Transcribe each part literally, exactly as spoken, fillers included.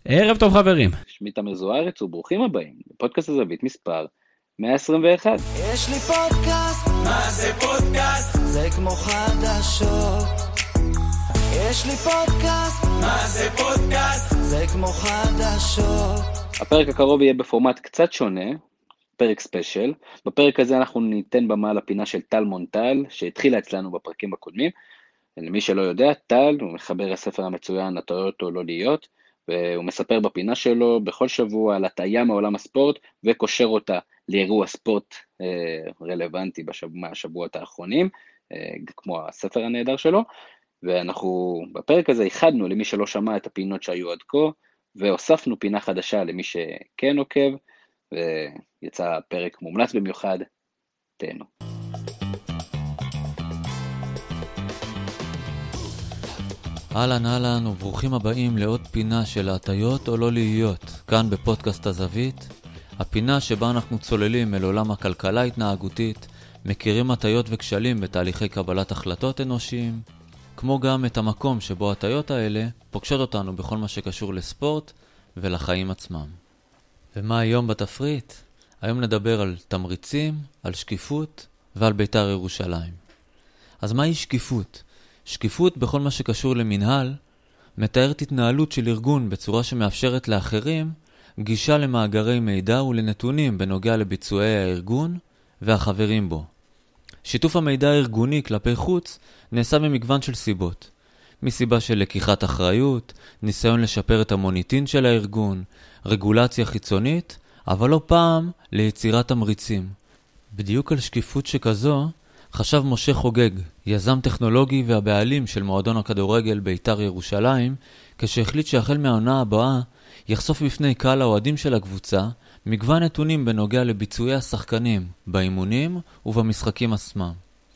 ערב טוב חברים. שמי תמיר זוארץ וברוכים הבאים לפודקאסט הזווית מספר מאה עשרים ואחת. יש לי פודקאסט, מה זה פודקאסט? זה כמו חדשות. יש לי פודקאסט, מה זה פודקאסט? זה כמו חדשות. הפרק הקרוב יהיה בפורמט קצת שונה, פרק ספיישל. בפרק הזה אנחנו ניתן במה לפינה של טל מונטל שהתחילה אצלנו בפרקים הקודמים. למי שלא יודע, טל הוא מחבר הספר המצוין הטעויות או לא להיות, והוא מספר בפינה שלו בכל שבוע על הטעיה מעולם הספורט וקושר אותה לאירוע ספורט אה, רלוונטי בשבוע, מהשבועות האחרונים, אה, כמו הספר הנהדר שלו. ואנחנו בפרק הזה ייחדנו למי שלא שמע את הפינות שהיו עד כה, והוספנו פינה חדשה למי שכן עוקב, ויצא פרק מומלץ במיוחד. תהנו. אהלן אהלן וברוכים הבאים לעוד פינה של הטעיות או לא להיות, כאן בפודקאסט הזווית, הפינה שבה אנחנו צוללים אל עולם הכלכלה התנהגותית, מכירים הטעיות וכשלים בתהליכי קבלת החלטות אנושיים, כמו גם את המקום שבו הטעיות האלה פוגשות אותנו בכל מה שקשור לספורט ולחיים עצמם. ומה היום בתפריט? היום נדבר על תמריצים, על שקיפות ועל בית"ר ירושלים. אז מהי שקיפות? שקיפות בכל מה שקשור למנהל מתארת התנהלות של ארגון בצורה שמאפשרת לאחרים גישה למאגרי מידע ולנתונים בנוגע לביצועי הארגון והחברים בו. שיתוף המידע הארגוני כלפי חוץ נעשה במגוון של סיבות. מסיבה של לקיחת אחריות, ניסיון לשפר את המוניטין של הארגון, רגולציה חיצונית, אבל לא פעם ליצירת תמריצים. בדיוק על שקיפות שכזו חשב משה חוגג, יזם טכנולוגי והבעלים של מועדון הכדורגל בית"ר ירושלים, כשהחליט שהחל מהעונה הבאה יחשוף בפני קהל האוהדים של הקבוצה מגוון נתונים בנוגע לביצועי השחקנים באימונים ובמשחקים עצמם.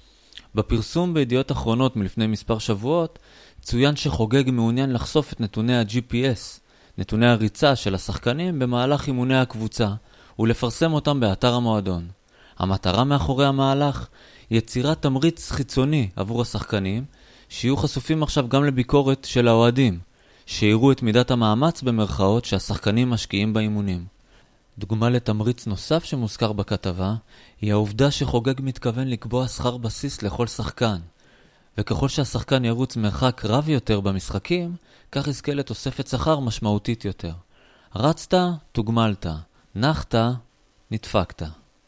בפרסום בידיעות אחרונות מלפני מספר שבועות צוין שחוגג מעוניין לחשוף את נתוני ה-ג'י פי אס, נתוני הריצה של השחקנים במהלך אימוני הקבוצה, ולפרסם אותם באתר המועדון. המטרה מאחורי המהלך יצירת תמריץ חיצוני עבור השחקנים, שיהיו חשופים עכשיו גם לביקורת של האוהדים, שיראו את מידת המאמץ במרכאות שהשחקנים משקיעים באימונים. דוגמה לתמריץ נוסף שמוזכר בכתבה, היא העובדה שחוגג מתכוון לקבוע שכר בסיס לכל שחקן, וככל שהשחקן ירוץ מרחק רב יותר במשחקים, כך יזכה לתוספת שכר משמעותית יותר. רצת, תוגמלת, נחת, נדפקת.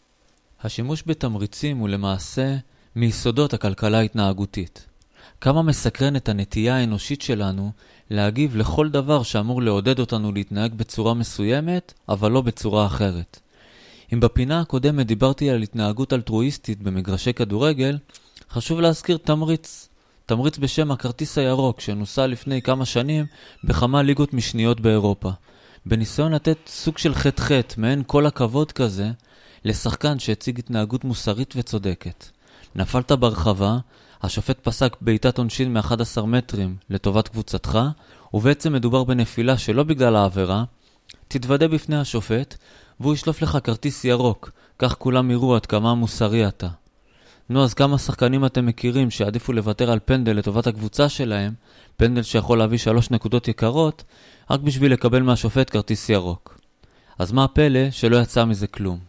השימוש בתמריצים הוא למעשה מיסודות הכלכלה ההתנהגותית. כמה מסקרן את הנטייה האנושית שלנו להגיב לכל דבר שאמור לעודד אותנו להתנהג בצורה מסוימת, אבל לא בצורה אחרת. אם בפינה הקודמת דיברתי על התנהגות אלטרואיסטית במגרשי כדורגל, חשוב להזכיר תמריץ. תמריץ בשם הכרטיס הירוק שנוסע לפני כמה שנים בכמה ליגות משניות באירופה. בניסיון לתת סוג של חטא-חטא, מעין כל הכבוד כזה, לשחקן שהציג התנהגות מוסרית וצודקת. נפלת ברחבה, השופט פסק בעיטת עונשין מ-אחד עשר מטרים לטובת קבוצתך, ובעצם מדובר בנפילה שלא בגלל העבירה, תתוודא בפני השופט, והוא ישלוף לך כרטיס ירוק, כך כולם יראו עד כמה מוסרי אתה. נו, אז כמה שחקנים אתם מכירים שעדיפו לוותר על פנדל לטובת הקבוצה שלהם, פנדל שיכול להביא שלוש נקודות יקרות, רק בשביל לקבל מהשופט כרטיס ירוק. אז מה הפלא שלא יצא מזה כלום?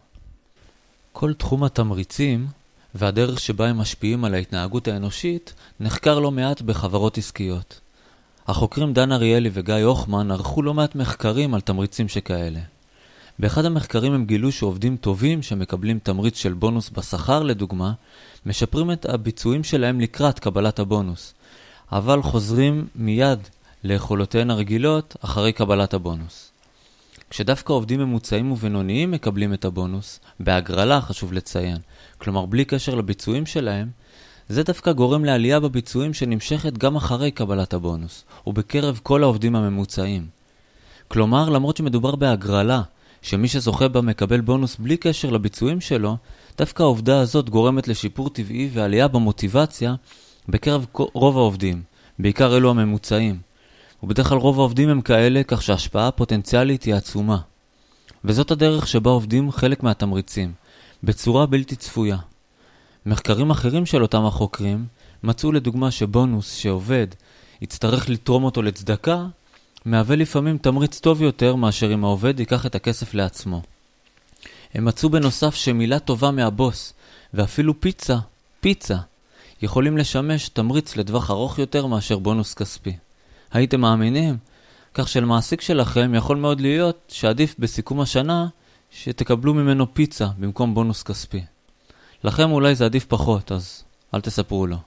כל תחום התמריצים והדרך שבה הם משפיעים על ההתנהגות האנושית נחקר לא מעט בחברות עסקיות. החוקרים דן אריאלי וגיא הוחמן ערכו לא מעט מחקרים על תמריצים שכאלה. באחד המחקרים הם גילו שעובדים טובים שמקבלים תמריץ של בונוס בשכר לדוגמה, משפרים את הביצועים שלהם לקראת קבלת הבונוס, אבל חוזרים מיד ליכולותיהן הרגילות אחרי קבלת הבונוס. כשדווקא עובדים ממוצעים ובינוניים מקבלים את הבונוס, בהגרלה חשוב לציין, כלומר בלי קשר לביצועים שלהם, זה דווקא גורם לעלייה בביצועים שנמשכת גם אחרי קבלת הבונוס, ובקרב כל העובדים הממוצעים. כלומר, למרות שמדובר בהגרלה, שמי שזוכה בה מקבל בונוס בלי קשר לביצועים שלו, דווקא העובדה הזאת גורמת לשיפור טבעי ועלייה במוטיבציה בקרב רוב העובדים, בעיקר אלו הממוצעים. ובדרך כלל רוב העובדים הם כאלה, כך שההשפעה הפוטנציאלית היא עצומה. וזאת הדרך שבה עובדים חלק מהתמריצים, בצורה בלתי צפויה. מחקרים אחרים של אותם החוקרים מצאו לדוגמה שבונוס שעובד יצטרך לתרום אותו לצדקה, מהווה לפעמים תמריץ טוב יותר מאשר אם העובד ייקח את הכסף לעצמו. הם מצאו בנוסף שמילה טובה מהבוס, ואפילו פיצה, פיצה, יכולים לשמש תמריץ לטווח ארוך יותר מאשר בונוס כספי. הייתם מאמינים? כך שלמעסיק שלכם יכול מאוד להיות שעדיף בסיכום השנה שתקבלו ממנו פיצה במקום בונוס כספי. לכם אולי זה עדיף פחות, אז אל תספרו לו.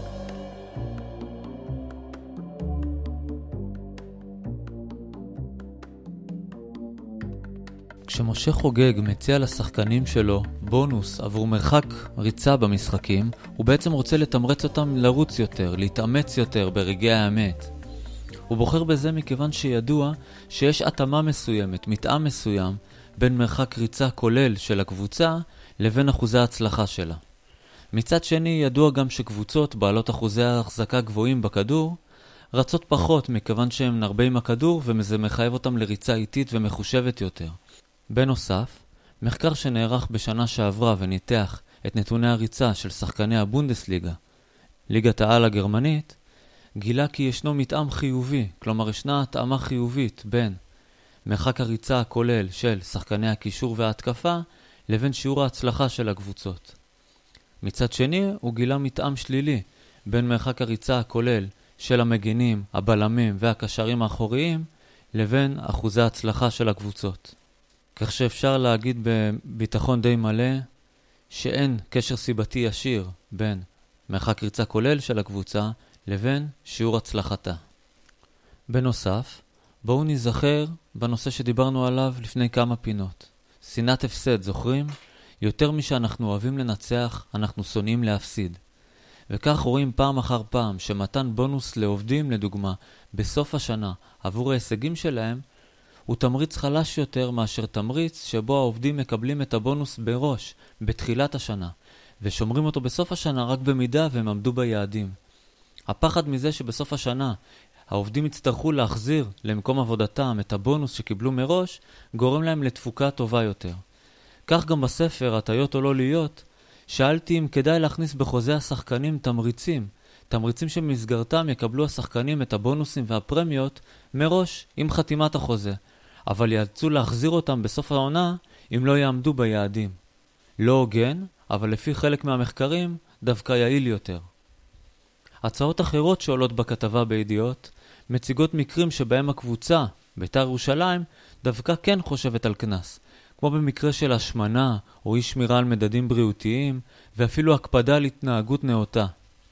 כשמשה חוגג מציע לשחקנים שלו בונוס עבור מרחק ריצה במשחקים, הוא בעצם רוצה לתמרץ אותם לרוץ יותר, להתאמץ יותר ברגעי האמת. הוא בוחר בזה מכיוון שידוע שיש התאמה מסוימת, מתאם מסוים, בין מרחק ריצה כולל של הקבוצה לבין אחוזי ההצלחה שלה. מצד שני, ידוע גם שקבוצות בעלות אחוזי ההחזקה גבוהים בכדור רצות פחות מכיוון שהם נרבה עם הכדור וזה מחייב אותם לריצה איטית ומחושבת יותר. בנוסף, מחקר שנערך בשנה שעברה וניתח את נתוני הריצה של שחקני הבונדסליגה, ליגת העל הגרמנית, גילה כי ישנו מתאם חיובי, כלומר ישנה התאמה חיובית בין מרחק הריצה הכולל של שחקני הקישור וההתקפה לבין שיעור ההצלחה של הקבוצות. מצד שני, הוא גילה מתאם שלילי בין מרחק הריצה הכולל של המגינים, הבלמים והקשרים האחוריים לבין אחוזי ההצלחה של הקבוצות. כך שאפשר להגיד בביטחון די מלא שאין קשר סיבתי ישיר בין מרחק ריצה כולל של הקבוצה לבין שיעור הצלחתה. בנוסף, בואו נזכר בנושא שדיברנו עליו לפני כמה פינות. שנאת הפסד, זוכרים? יותר משאנחנו אוהבים לנצח, אנחנו שונאים להפסיד. וכך רואים פעם אחר פעם שמתן בונוס לעובדים, לדוגמה, בסוף השנה עבור ההישגים שלהם, הוא תמריץ חלש יותר מאשר תמריץ שבו העובדים מקבלים את הבונוס בראש, בתחילת השנה, ושומרים אותו בסוף השנה רק במידה והם עמדו ביעדים. הפחד מזה שבסוף השנה העובדים יצטרכו להחזיר למקום עבודתם את הבונוס שקיבלו מראש, גורם להם לתפוקה טובה יותר. כך גם בספר, הטיות או לא להיות, שאלתי אם כדאי להכניס בחוזה השחקנים תמריצים, תמריצים שבמסגרתם יקבלו השחקנים את הבונוסים והפרמיות מראש עם חתימת החוזה, אבל יאלצו להחזיר אותם בסוף העונה אם לא יעמדו ביעדים. לא הוגן, אבל לפי חלק מהמחקרים דווקא יעיל יותר. הצעות אחרות שעולות בכתבה בידיעות מציגות מקרים שבהם הקבוצה, בית"ר ירושלים, דווקא כן חושבת על כנס, כמו במקרה של השמנה או אי שמירה על מדדים בריאותיים ואפילו הקפדה על התנהגות נאותה.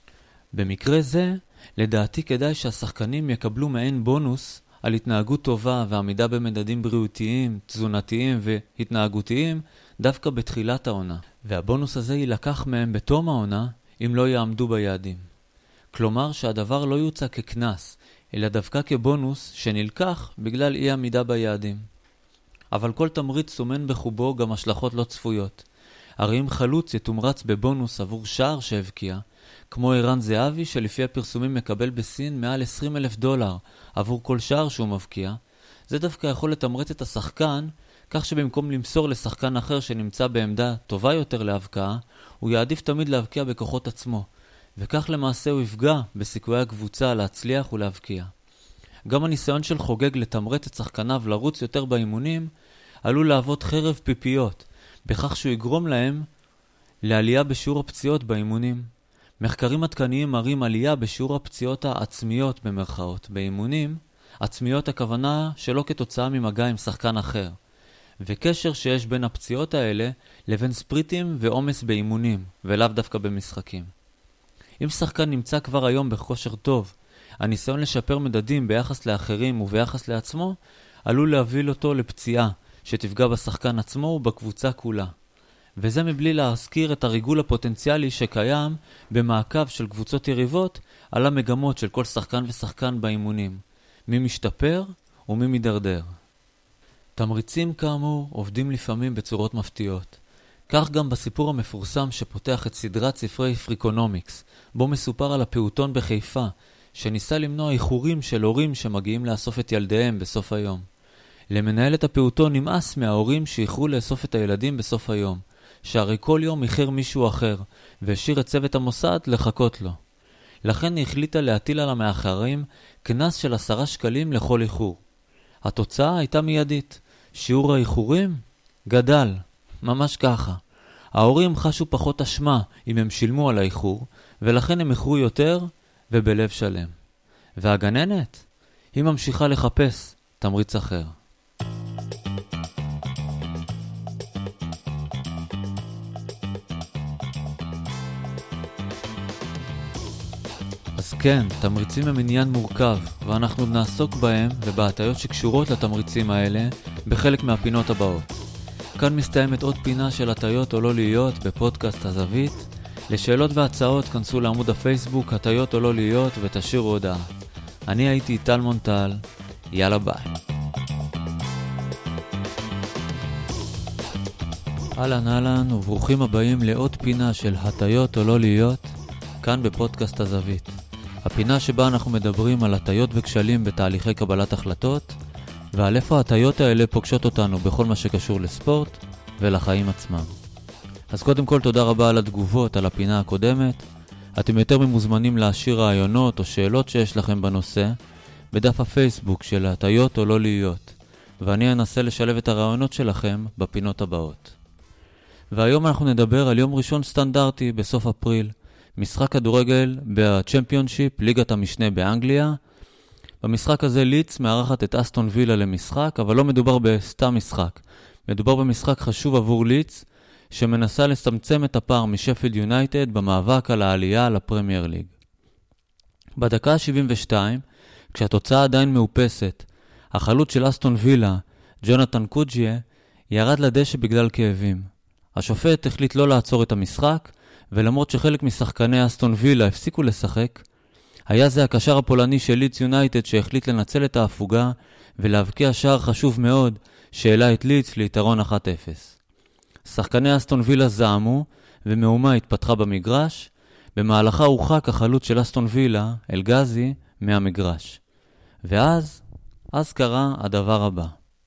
במקרה זה, לדעתי כדאי שהשחקנים יקבלו מעין בונוס על התנהגות טובה ועמידה במדדים בריאותיים, תזונתיים והתנהגותיים דווקא בתחילת העונה, והבונוס הזה יילקח מהם בתום העונה אם לא יעמדו ביעדים. כלומר שהדבר לא יוצא ככנס, אלא דווקא כבונוס שנלקח בגלל אי עמידה ביעדים. אבל כל תמריץ סומן בחובו גם השלכות לא צפויות. הרי אם חלוץ יתומרץ בבונוס עבור שער שהבקיע, כמו ערן זהבי שלפי הפרסומים מקבל בסין מעל עשרים אלף דולר עבור כל שער שהוא מבקיע, זה דווקא יכול לתמרץ את השחקן, כך שבמקום למסור לשחקן אחר שנמצא בעמדה טובה יותר להבקעה, הוא יעדיף תמיד להבקיע בכוחות עצמו, וכך למעשה הוא יפגע בסיכויי הקבוצה להצליח ולהבקיע. גם הניסיון של חוגג לתמרץ את שחקניו לרוץ יותר באימונים, עלול להוות חרב פיפיות, בכך שהוא יגרום להם לעלייה בשיעור הפציעות באימונים. מחקרים עדכניים מראים עלייה בשיעור הפציעות העצמיות במרכאות באימונים, עצמיות הכוונה שלא כתוצאה ממגע עם שחקן אחר, וקשר שיש בין הפציעות האלה לבין ספריטים ועומס באימונים, ולאו דווקא במשחקים. אם שחקן נמצא כבר היום בכושר טוב, הניסיון לשפר מדדים ביחס לאחרים וביחס לעצמו, עלול להוביל אותו לפציעה שתפגע בשחקן עצמו ובקבוצה כולה. וזה מבלי להזכיר את הריגול הפוטנציאלי שקיים במעקב של קבוצות יריבות על המגמות של כל שחקן ושחקן באימונים, מי משתפר ומי מדרדר. תמריצים כאמור עובדים לפעמים בצורות מפתיעות. כך גם בסיפור המפורסם שפותח את סדרת ספרי פריקונומיקס, בו מסופר על הפעוטון בחיפה, שניסה למנוע איחורים של הורים שמגיעים לאסוף את ילדיהם בסוף היום. למנהלת הפעוטון נמאס מההורים שאיחרו לאסוף את הילדים בסוף היום, שהרי כל יום איחר מישהו אחר, והשאיר את צוות המוסד לחכות לו. לכן היא החליטה להטיל על המאחרים קנס של עשרה שקלים לכל איחור. התוצאה הייתה מיידית. שיעור האיחורים גדל, ממש ככה. ההורים חשו פחות אשמה אם הם שילמו על האיחור, ולכן הם איחרו יותר ובלב שלם. והגננת, היא ממשיכה לחפש תמריץ אחר. אז כן, תמריצים הם עניין מורכב, ואנחנו נעסוק בהם ובהטיות שקשורות לתמריצים האלה בחלק מהפינות הבאות. כאן מסתיימת עוד פינה של הטיות או לא להיות בפודקאסט הזווית. לשאלות והצעות כנסו לעמוד הפייסבוק הטיות או לא להיות ותשאירו הודעה. אני הייתי טל מונטל, יאללה ביי. אהלן אהלן וברוכים הבאים לעוד פינה של הטיות או לא להיות, כאן בפודקאסט הזווית. הפינה שבה אנחנו מדברים על הטיות וכשלים בתהליכי קבלת החלטות, ועל איפה ההטיות האלה פוגשות אותנו בכל מה שקשור לספורט ולחיים עצמם. אז קודם כל תודה רבה על התגובות על הפינה הקודמת. אתם יותר ממוזמנים להשאיר רעיונות או שאלות שיש לכם בנושא בדף הפייסבוק של הטיות או לא להיות, ואני אנסה לשלב את הרעיונות שלכם בפינות הבאות. והיום אנחנו נדבר על יום ראשון סטנדרטי בסוף אפריל, משחק כדורגל בצ'מפיונשיפ, ליגת המשנה באנגליה. במשחק הזה לידס מארחת את אסטון וילה למשחק, אבל לא מדובר בסתם משחק. מדובר במשחק חשוב עבור לידס, שמנסה לצמצם את הפער משפילד יונייטד במאבק על העלייה לפרמייר ליג. בדקה ה-שבעים ושתיים, כשהתוצאה עדיין מאופסת, החלוץ של אסטון וילה, ג'ונתן קוג'יה, ירד לדשא בגלל כאבים. השופט החליט לא לעצור את המשחק, ולמרות שחלק משחקני אסטון וילה הפסיקו לשחק, היה זה הקשר הפולני של לידס יונייטד שהחליט לנצל את ההפוגה ולהבקיע שער חשוב מאוד שהעלה את לידס ליתרון אחת אפס. שחקני אסטון וילה זעמו ומהומה התפתחה במגרש, במהלכה הורחק החלוץ של אסטון וילה, אלגזי, מהמגרש. ואז, אז קרה הדבר הבא.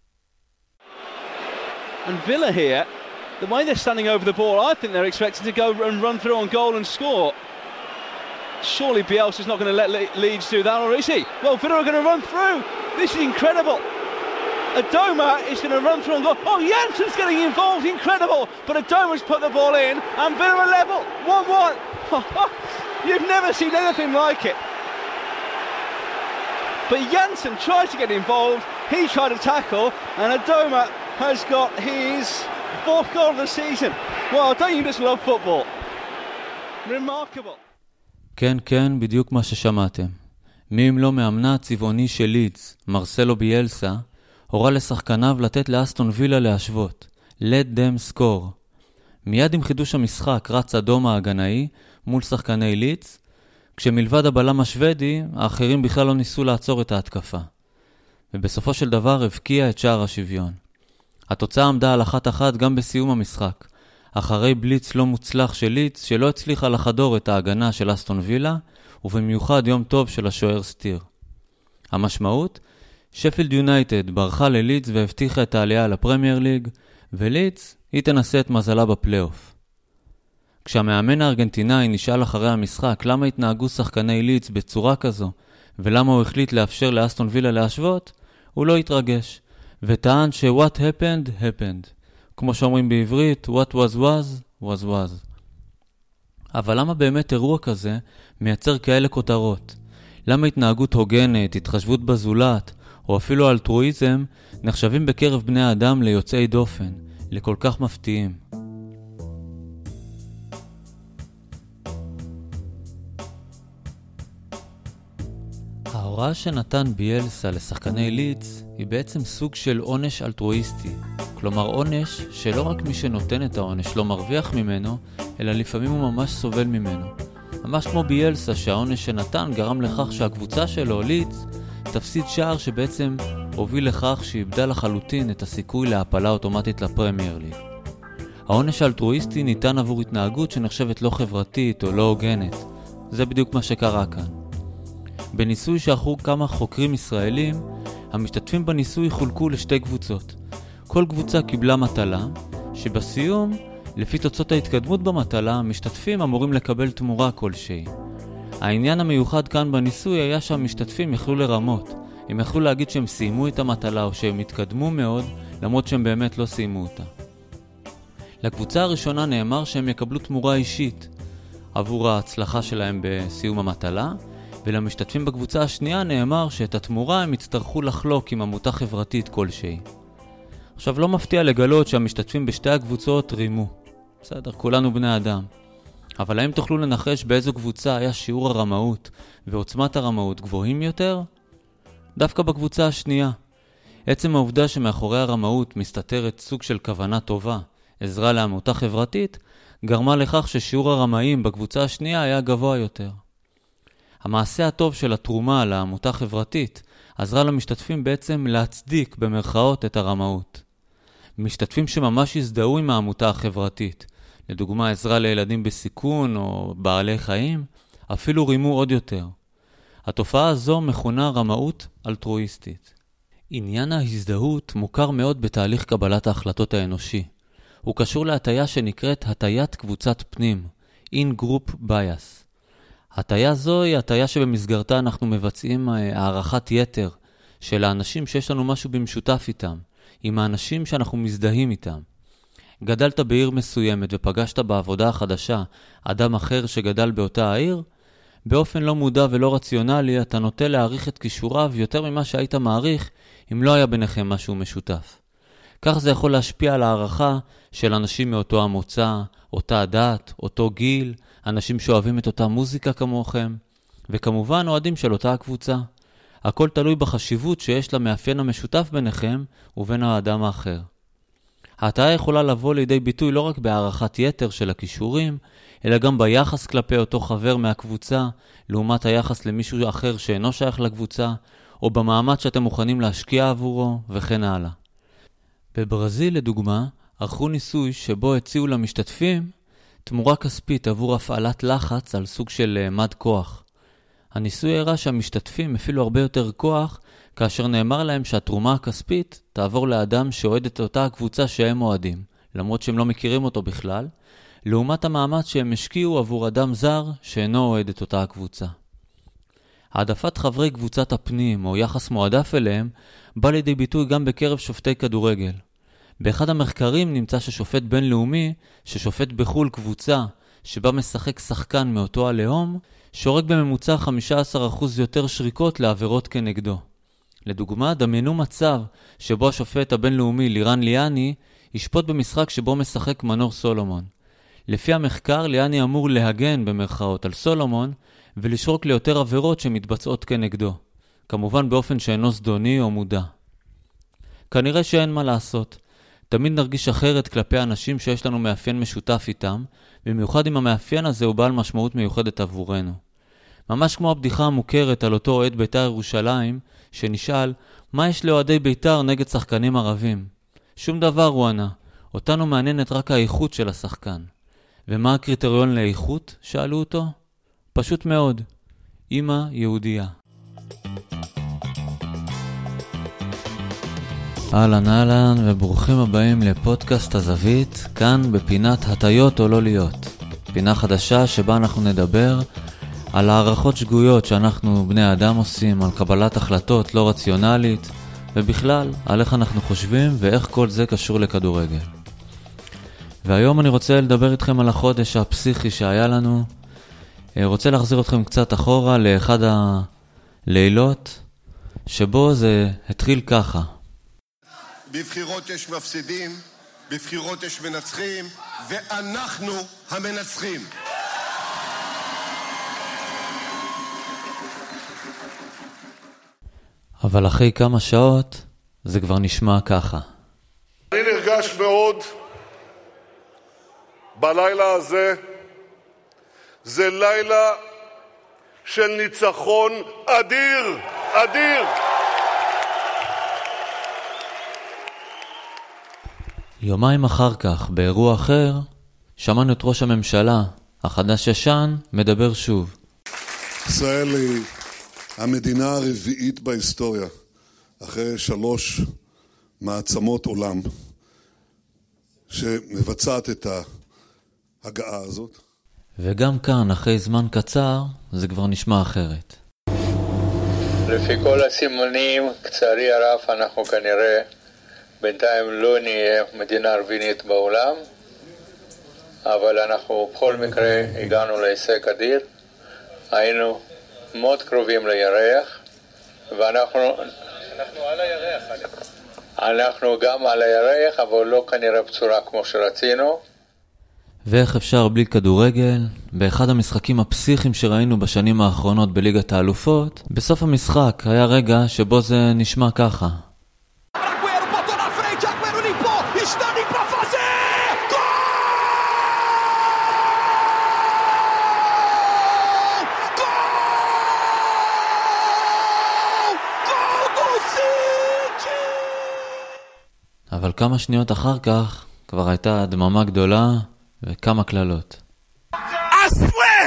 And Villa here, the way they're standing over the ball, I think they're expecting to go and run through on goal and score. Surely Bielsa's not going to let Le- Leeds do that, or is he? Well, Villa are going to run through. This is incredible. Adoma is going to run through and go. Oh, Jansen's getting involved. Incredible. But Adoma's put the ball in, and Villa are level. one one. You've never seen anything like it. But Jansen tried to get involved. He tried to tackle, and Adoma has got his fourth goal of the season. Well, don't you just love football? Remarkable. כן, כן, בדיוק מה ששמעתם. מי אם לא מאמנה הצבעוני של לידס, מרסלו ביאלסה, הורה לשחקניו לתת לאסטון וילה להשוות. Let them score. מיד עם חידוש המשחק רץ אדום ההגנאי מול שחקני לידס, כשמלבד הבלם השוודי, האחרים בכלל לא ניסו לעצור את ההתקפה. ובסופו של דבר הבקיע את שער השוויון. התוצאה עמדה על אחת אחת גם בסיום המשחק, אחרי בליץ לא מוצלח של לידס שלא הצליחה לחדור את ההגנה של אסטון וילה, ובמיוחד יום טוב של השוער סטיר. המשמעות? שפילד יונייטד ברחה ללידס והבטיחה את העלייה לפרמייר ליג, ולידס היא תנסה את מזלה בפלייאוף. כשהמאמן הארגנטינאי נשאל אחרי המשחק למה התנהגו שחקני לידס בצורה כזו, ולמה הוא החליט לאפשר לאסטון וילה להשוות, הוא לא התרגש, וטען ש-what happened, happened. כמו שאומרים בעברית, what was was, was was. אבל למה באמת אירוע כזה מייצר כאלה כותרות? למה התנהגות הוגנת, התחשבות בזולת, או אפילו אלטרואיזם, נחשבים בקרב בני האדם ליוצאי דופן, לכל כך מפתיעים? ההוראה שנתן ביאלסה לשחקני לידס היא בעצם סוג של עונש אלטרואיסטי. כלומר עונש שלא רק מי שנותן את העונש לא מרוויח ממנו, אלא לפעמים הוא ממש סובל ממנו. ממש כמו ביאלסה שהעונש שנתן גרם לכך שהקבוצה שלו, לידס, תפסיד שער שבעצם הוביל לכך שאיבדה לחלוטין את הסיכוי להפלה אוטומטית לפרמייר ליג. העונש האלטרואיסטי ניתן עבור התנהגות שנחשבת לא חברתית או לא הוגנת. זה בדיוק מה שקרה כאן. בניסוי שערכו כמה חוקרים ישראלים, המשתתפים בניסוי חולקו לשתי קבוצות. כל קבוצה קיבלה מטלה, שבסיום, לפי תוצאות ההתקדמות במטלה, המשתתפים אמורים לקבל תמורה כלשהי. העניין המיוחד כאן בניסוי היה שהמשתתפים יכלו לרמות. הם יכלו להגיד שהם סיימו את המטלה או שהם התקדמו מאוד, למרות שהם באמת לא סיימו אותה. לקבוצה הראשונה נאמר שהם יקבלו תמורה אישית עבור ההצלחה שלהם בסיום המטלה, ולמשתתפים בקבוצה השנייה נאמר שאת התמורה הם יצטרכו לחלוק עם עמותה חברתית כלשהי. עכשיו לא מפתיע לגלות שהמשתתפים בשתי הקבוצות רימו. בסדר, כולנו בני אדם. אבל האם תוכלו לנחש באיזו קבוצה היה שיעור הרמאות ועוצמת הרמאות גבוהים יותר? דווקא בקבוצה השנייה. עצם העובדה שמאחורי הרמאות מסתתרת סוג של כוונה טובה, עזרה לעמותה חברתית, גרמה לכך ששיעור הרמאים בקבוצה השנייה היה גבוה יותר. המעשה הטוב של התרומה לעמותה חברתית עזרה למשתתפים בעצם להצדיק במרכאות את הרמאות. משתתפים שממש הזדהו עם העמותה החברתית, לדוגמה עזרה לילדים בסיכון או בעלי חיים, אפילו רימו עוד יותר. התופעה הזו מכונה רמאות אלטרואיסטית. עניין ההזדהות מוכר מאוד בתהליך קבלת ההחלטות האנושי. הוא קשור להטיה שנקראת הטיית קבוצת פנים, in-group bias. הטיה זו היא הטיה שבמסגרתה אנחנו מבצעים הערכת יתר של האנשים שיש לנו משהו במשותף איתם, עם האנשים שאנחנו מזדהים איתם. גדלת בעיר מסוימת ופגשת בעבודה החדשה אדם אחר שגדל באותה העיר, באופן לא מודע ולא רציונלי אתה נוטה להעריך את כישוריו יותר ממה שהיית מעריך אם לא היה ביניכם משהו משותף. כך זה יכול להשפיע על הערכה של אנשים מאותו המוצא, אותה דת, אותו גיל, אנשים שאוהבים את אותה מוזיקה כמוכם, וכמובן אוהדים של אותה הקבוצה. הכל תלוי בחשיבות שיש למאפיין המשותף ביניכם ובין האדם האחר. ההטיה יכולה לבוא לידי ביטוי לא רק בהערכת יתר של הכישורים, אלא גם ביחס כלפי אותו חבר מהקבוצה, לעומת היחס למישהו אחר שאינו שייך לקבוצה, או במאמץ שאתם מוכנים להשקיע עבורו, וכן הלאה. בברזיל, לדוגמה, ערכו ניסוי שבו הציעו למשתתפים תמורה כספית עבור הפעלת לחץ על סוג של מד כוח. הניסוי הראה שהמשתתפים הפעילו הרבה יותר כוח, כאשר נאמר להם שהתרומה הכספית תעבור לאדם שאוהד את אותה הקבוצה שהם אוהדים, למרות שהם לא מכירים אותו בכלל, לעומת המאמץ שהם השקיעו עבור אדם זר שאינו אוהד את אותה הקבוצה. העדפת חברי קבוצת הפנים או יחס מועדף אליהם בא לידי ביטוי גם בקרב שופטי כדורגל. באחד המחקרים נמצא ששופט בינלאומי ששופט בחול קבוצה שבה משחק שחקן מאותו הלאום, שורק בממוצע חמישה עשר אחוז יותר שריקות לעבירות כנגדו. לדוגמה, דמיינו מצב שבו השופט הבינלאומי לירן ליאני ישפוט במשחק שבו משחק מנור סולומון. לפי המחקר, ליאני אמור להגן במרכאות על סולומון ולשרוק ליותר עבירות שמתבצעות כנגדו, כמובן באופן שאינו זדוני או מודע. כנראה שאין מה לעשות. תמיד נרגיש אחרת כלפי אנשים שיש לנו מאפיין משותף איתם, במיוחד אם המאפיין הזה הוא בעל משמעות מיוחדת עבורנו. ממש כמו הבדיחה המוכרת על אותו אוהד בית"ר ירושלים, שנשאל, מה יש לאוהדי בית"ר נגד שחקנים ערבים? שום דבר, הוא ענה. אותנו מעניינת רק האיכות של השחקן. ומה הקריטריון לאיכות? שאלו אותו. פשוט מאוד. אמא יהודייה. אהלן אהלן וברוכים הבאים לפודקאסט הזווית, כאן בפינת הטיות או לא להיות. פינה חדשה שבה אנחנו נדבר על הערכות שגויות שאנחנו בני האדם עושים, על קבלת החלטות לא רציונלית, ובכלל על איך אנחנו חושבים ואיך כל זה קשור לכדורגל. והיום אני רוצה לדבר איתכם על החודש הפסיכי שהיה לנו. רוצה להחזיר אתכם קצת אחורה לאחד הלילות שבו זה התחיל ככה. בבחירות יש מפסידים, בבחירות יש מנצחים, ואנחנו המנצחים. אבל אחרי כמה שעות זה כבר נשמע ככה. אני נרגש מאוד בלילה הזה. זה לילה של ניצחון אדיר, אדיר. יומיים אחר כך, באירוע אחר, שמענו את ראש הממשלה, החדש ישן, מדבר שוב. ישראל היא המדינה הרביעית בהיסטוריה, אחרי שלוש מעצמות עולם, שמבצעת את ההגעה הזאת. וגם כאן, אחרי זמן קצר, זה כבר נשמע אחרת. לפי כל הסימונים, קצרי הרב, אנחנו כנראה בינתיים לא נהיה מדינה ערבית בעולם, אבל אנחנו בכל מקרה הגענו להישג אדיר, היינו מאוד קרובים לירח, ואנחנו אנחנו על הירח, אנחנו גם על הירח, אבל לא כנראה בצורה כמו שרצינו. ואיך אפשר בלי כדורגל? באחד המשחקים הפסיכיים שראינו בשנים האחרונות בליגת האלופות, בסוף המשחק היה רגע שבו זה נשמע ככה. אבל כמה שניות אחר כך כבר הייתה דממה גדולה וכמה כללות. I swear!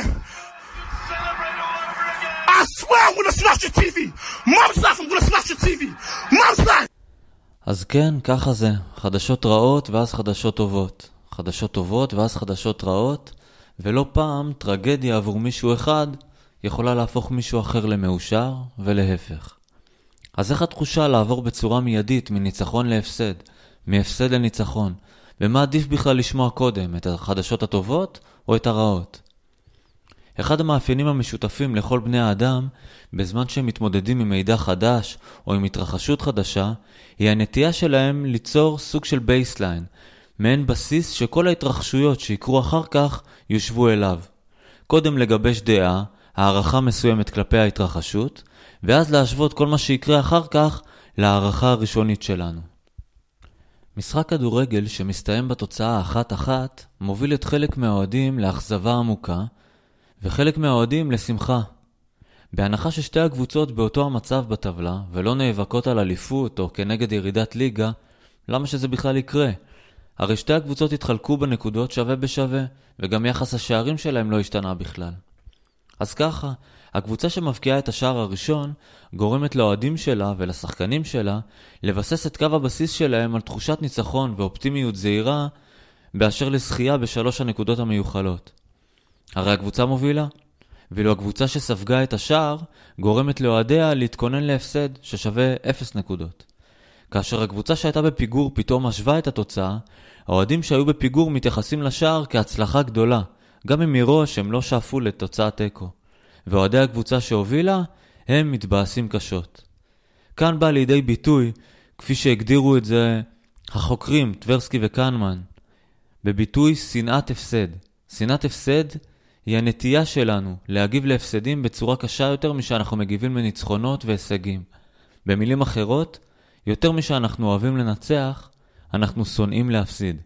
I swear I'm gonna smash your טי וי! Mom's life, I'm gonna smash your טי וי! Mom's life! אז כן, ככה זה. חדשות רעות ואז חדשות טובות. חדשות טובות ואז חדשות רעות, ולא פעם טרגדיה עבור מישהו אחד יכולה להפוך מישהו אחר למאושר ולהפך. אז איך התחושה לעבור בצורה מיידית מניצחון להפסד, מהפסד לניצחון? ומה עדיף בכלל לשמוע קודם, את החדשות הטובות או את הרעות? אחד המאפיינים המשותפים לכל בני האדם, בזמן שהם מתמודדים עם מידע חדש או עם התרחשות חדשה, היא הנטייה שלהם ליצור סוג של בייסליין, מעין בסיס שכל ההתרחשויות שיקרו אחר כך יושבו אליו. קודם לגבש דעה, הערכה מסוימת כלפי ההתרחשות, ואז להשוות כל מה שיקרה אחר כך להערכה הראשונית שלנו. משחק כדורגל שמסתיים בתוצאה אחת-אחת מוביל את חלק מהאוהדים לאכזבה עמוקה, וחלק מהאוהדים לשמחה. בהנחה ששתי הקבוצות באותו המצב בטבלה ולא נאבקות על אליפות או כנגד ירידת ליגה, למה שזה בכלל יקרה? הרי שתי הקבוצות התחלקו בנקודות שווה בשווה, וגם יחס השערים שלהם לא השתנה בכלל. אז ככה, הקבוצה שמבקיעה את השער הראשון גורמת לאוהדים שלה ולשחקנים שלה לבסס את קו הבסיס שלהם על תחושת ניצחון ואופטימיות זהירה באשר לזכייה בשלוש הנקודות המיוחלות. הרי הקבוצה מובילה, ואילו הקבוצה שספגה את השער גורמת לאוהדיה להתכונן להפסד ששווה אפס נקודות. כאשר הקבוצה שהייתה בפיגור פתאום משווה את התוצאה, האוהדים שהיו בפיגור מתייחסים לשער כהצלחה גדולה, גם אם מראש הם לא שאפו לתוצאת אקו. ואוהדי הקבוצה שהובילה, הם מתבאסים קשות. כאן בא לידי ביטוי, כפי שהגדירו את זה החוקרים, טברסקי וקנמן, בביטוי שנאת הפסד. שנאת הפסד היא הנטייה שלנו להגיב להפסדים בצורה קשה יותר משאנחנו מגיבים לניצחונות והישגים. במילים אחרות, יותר משאנחנו אוהבים לנצח, אנחנו שונאים להפסיד.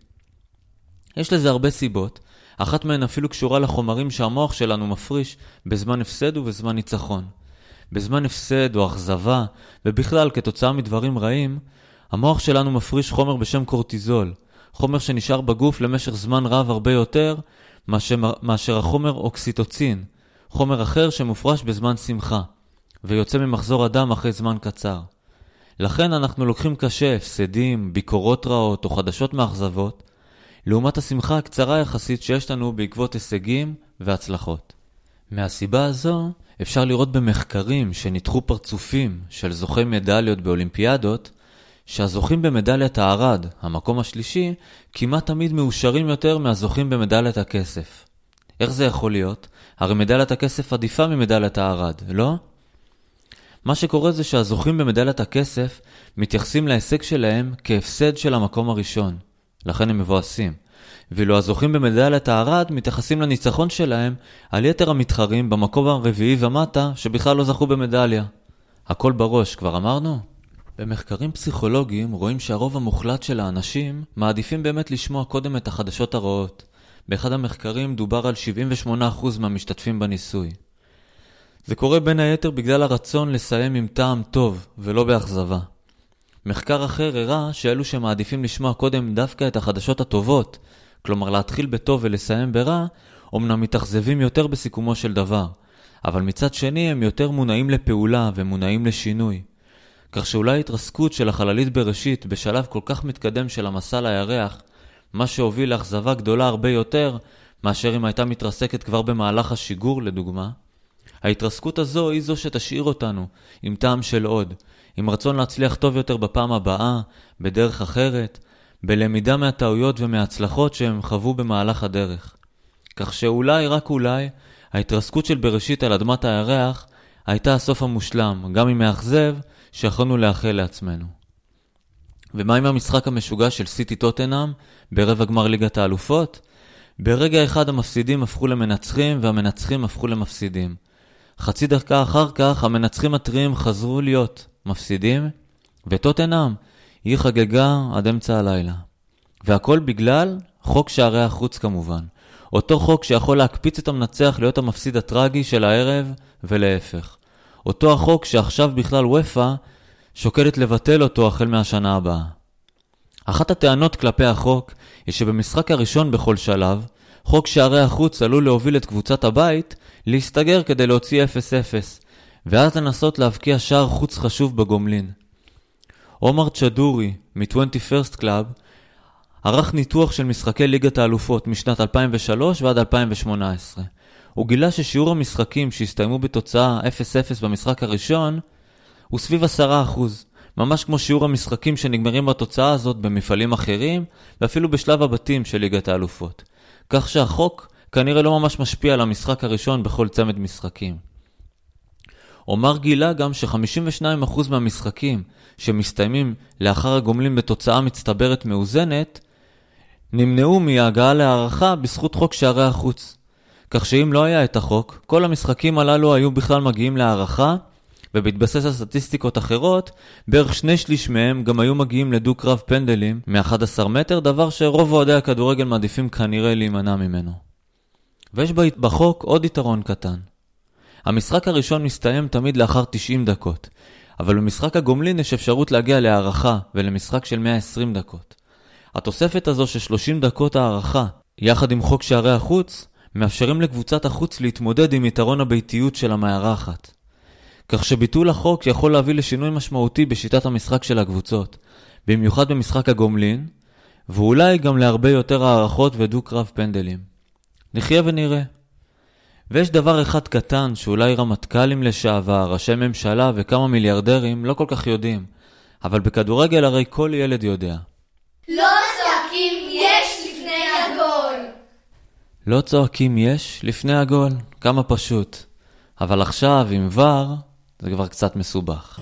יש לזה הרבה סיבות, אחת מהן אפילו קשורה לחומרים שהמוח שלנו מפריש בזמן הפסד ובזמן ניצחון. בזמן הפסד או אכזבה, ובכלל כתוצאה מדברים רעים, המוח שלנו מפריש חומר בשם קורטיזול, חומר שנשאר בגוף למשך זמן רב הרבה יותר מאשר, מאשר החומר אוקסיטוצין, חומר אחר שמופרש בזמן שמחה, ויוצא ממחזור הדם אחרי זמן קצר. לכן אנחנו לוקחים קשה הפסדים, ביקורות רעות או חדשות מאכזבות, לעומת השמחה הקצרה יחסית שיש לנו בעקבות הישגים והצלחות. מהסיבה הזו אפשר לראות במחקרים שניתחו פרצופים של זוכי מדליות באולימפיאדות, שהזוכים במדליית הארד, המקום השלישי, כמעט תמיד מאושרים יותר מהזוכים במדליית הכסף. איך זה יכול להיות? הרי מדליית הכסף עדיפה ממדליית הארד, לא? מה שקורה זה שהזוכים במדליית הכסף מתייחסים להישג שלהם כהפסד של המקום הראשון. לכן הם מבואסים. ואילו הזוכים במדליית הארד מתייחסים לניצחון שלהם על יתר המתחרים במקום הרביעי ומטה שבכלל לא זכו במדליה. הכל בראש, כבר אמרנו? במחקרים פסיכולוגיים רואים שהרוב המוחלט של האנשים מעדיפים באמת לשמוע קודם את החדשות הרעות. באחד המחקרים דובר על שבעים ושמונה אחוז מהמשתתפים בניסוי. זה קורה בין היתר בגלל הרצון לסיים עם טעם טוב ולא באכזבה. מחקר אחר הראה שאלו שמעדיפים לשמוע קודם דווקא את החדשות הטובות, כלומר להתחיל בטוב ולסיים ברע, אומנם מתאכזבים יותר בסיכומו של דבר, אבל מצד שני הם יותר מונעים לפעולה ומונעים לשינוי. כך שאולי התרסקות של החללית בראשית בשלב כל כך מתקדם של המסע לירח, מה שהוביל לאכזבה גדולה הרבה יותר מאשר אם הייתה מתרסקת כבר במהלך השיגור לדוגמה. ההתרסקות הזו היא זו שתשאיר אותנו עם טעם של עוד, עם רצון להצליח טוב יותר בפעם הבאה, בדרך אחרת, בלמידה מהטעויות ומההצלחות שהם חוו במהלך הדרך. כך שאולי, רק אולי, ההתרסקות של בראשית על אדמת הירח הייתה הסוף המושלם, גם אם מאכזב, שיכולנו לאחל לעצמנו. ומה עם המשחק המשוגע של סיטי טוטנהאם ברבע גמר ליגת האלופות? ברגע אחד המפסידים הפכו למנצחים והמנצחים הפכו למפסידים. חצי דקה אחר כך המנצחים הטריים חזרו להיות מפסידים, וטוטנהאם היא חגגה עד אמצע הלילה. והכל בגלל חוק שערי החוץ כמובן. אותו חוק שיכול להקפיץ את המנצח להיות המפסיד הטרגי של הערב ולהפך. אותו החוק שעכשיו בכלל וופא שוקלת לבטל אותו החל מהשנה הבאה. אחת הטענות כלפי החוק היא שבמשחק הראשון בכל שלב, חוק שערי החוץ עלול להוביל את קבוצת הבית להסתגר כדי להוציא אפס אפס, ואז לנסות להבקיע שער חוץ חשוב בגומלין. עומר צ'דורי מ-עשרים Club ערך ניתוח של משחקי ליגת האלופות משנת אלפיים ושלוש ועד אלפיים ושמונה עשרה. הוא גילה ששיעור המשחקים שהסתיימו בתוצאה אפס אפס במשחק הראשון הוא סביב עשרה אחוז, ממש כמו שיעור המשחקים שנגמרים בתוצאה הזאת במפעלים אחרים ואפילו בשלב הבתים של ליגת האלופות. כך שהחוק כנראה לא ממש משפיע על המשחק הראשון בכל צמד משחקים. עומר גילה גם ש-חמישים ושניים אחוז מהמשחקים שמסתיימים לאחר הגומלים בתוצאה מצטברת מאוזנת נמנעו מההגעה להערכה בזכות חוק שערי החוץ. כך שאם לא היה את החוק, כל המשחקים הללו היו בכלל מגיעים להערכה, ובהתבסס על סטטיסטיקות אחרות, בערך שני שליש מהם גם היו מגיעים לדו קרב פנדלים מ-אחד עשר מטר, דבר שרוב אוהדי הכדורגל מעדיפים כנראה להימנע ממנו. ויש בחוק עוד יתרון קטן. המשחק הראשון מסתיים תמיד לאחר תשעים דקות, אבל במשחק הגומלין יש אפשרות להגיע להערכה ולמשחק של מאה ועשרים דקות. התוספת הזו של שלושים דקות הערכה, יחד עם חוק שערי החוץ, מאפשרים לקבוצת החוץ להתמודד עם יתרון הביתיות של המארחת. כך שביטול החוק יכול להביא לשינוי משמעותי בשיטת המשחק של הקבוצות, במיוחד במשחק הגומלין, ואולי גם להרבה יותר הערכות ודו קרב פנדלים. נחיה ונראה. ויש דבר אחד קטן שאולי רמטכ"לים לשעבר, ראשי ממשלה וכמה מיליארדרים לא כל כך יודעים, אבל בכדורגל הרי כל ילד יודע. לא צועקים יש לפני הגול. לא צועקים יש לפני הגול, כמה פשוט. אבל עכשיו עם ור זה כבר קצת מסובך.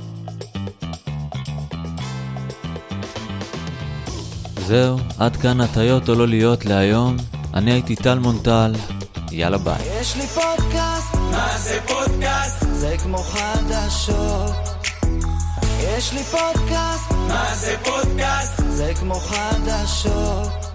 זהו, עד כאן הטיות או לא להיות להיום. אני הייתי טל מונטל, יאללה ביי. יש לי פודקאסט, מה זה פודקאסט? זה כמו חדשות. יש לי פודקאסט, מה זה פודקאסט? זה כמו חדשות.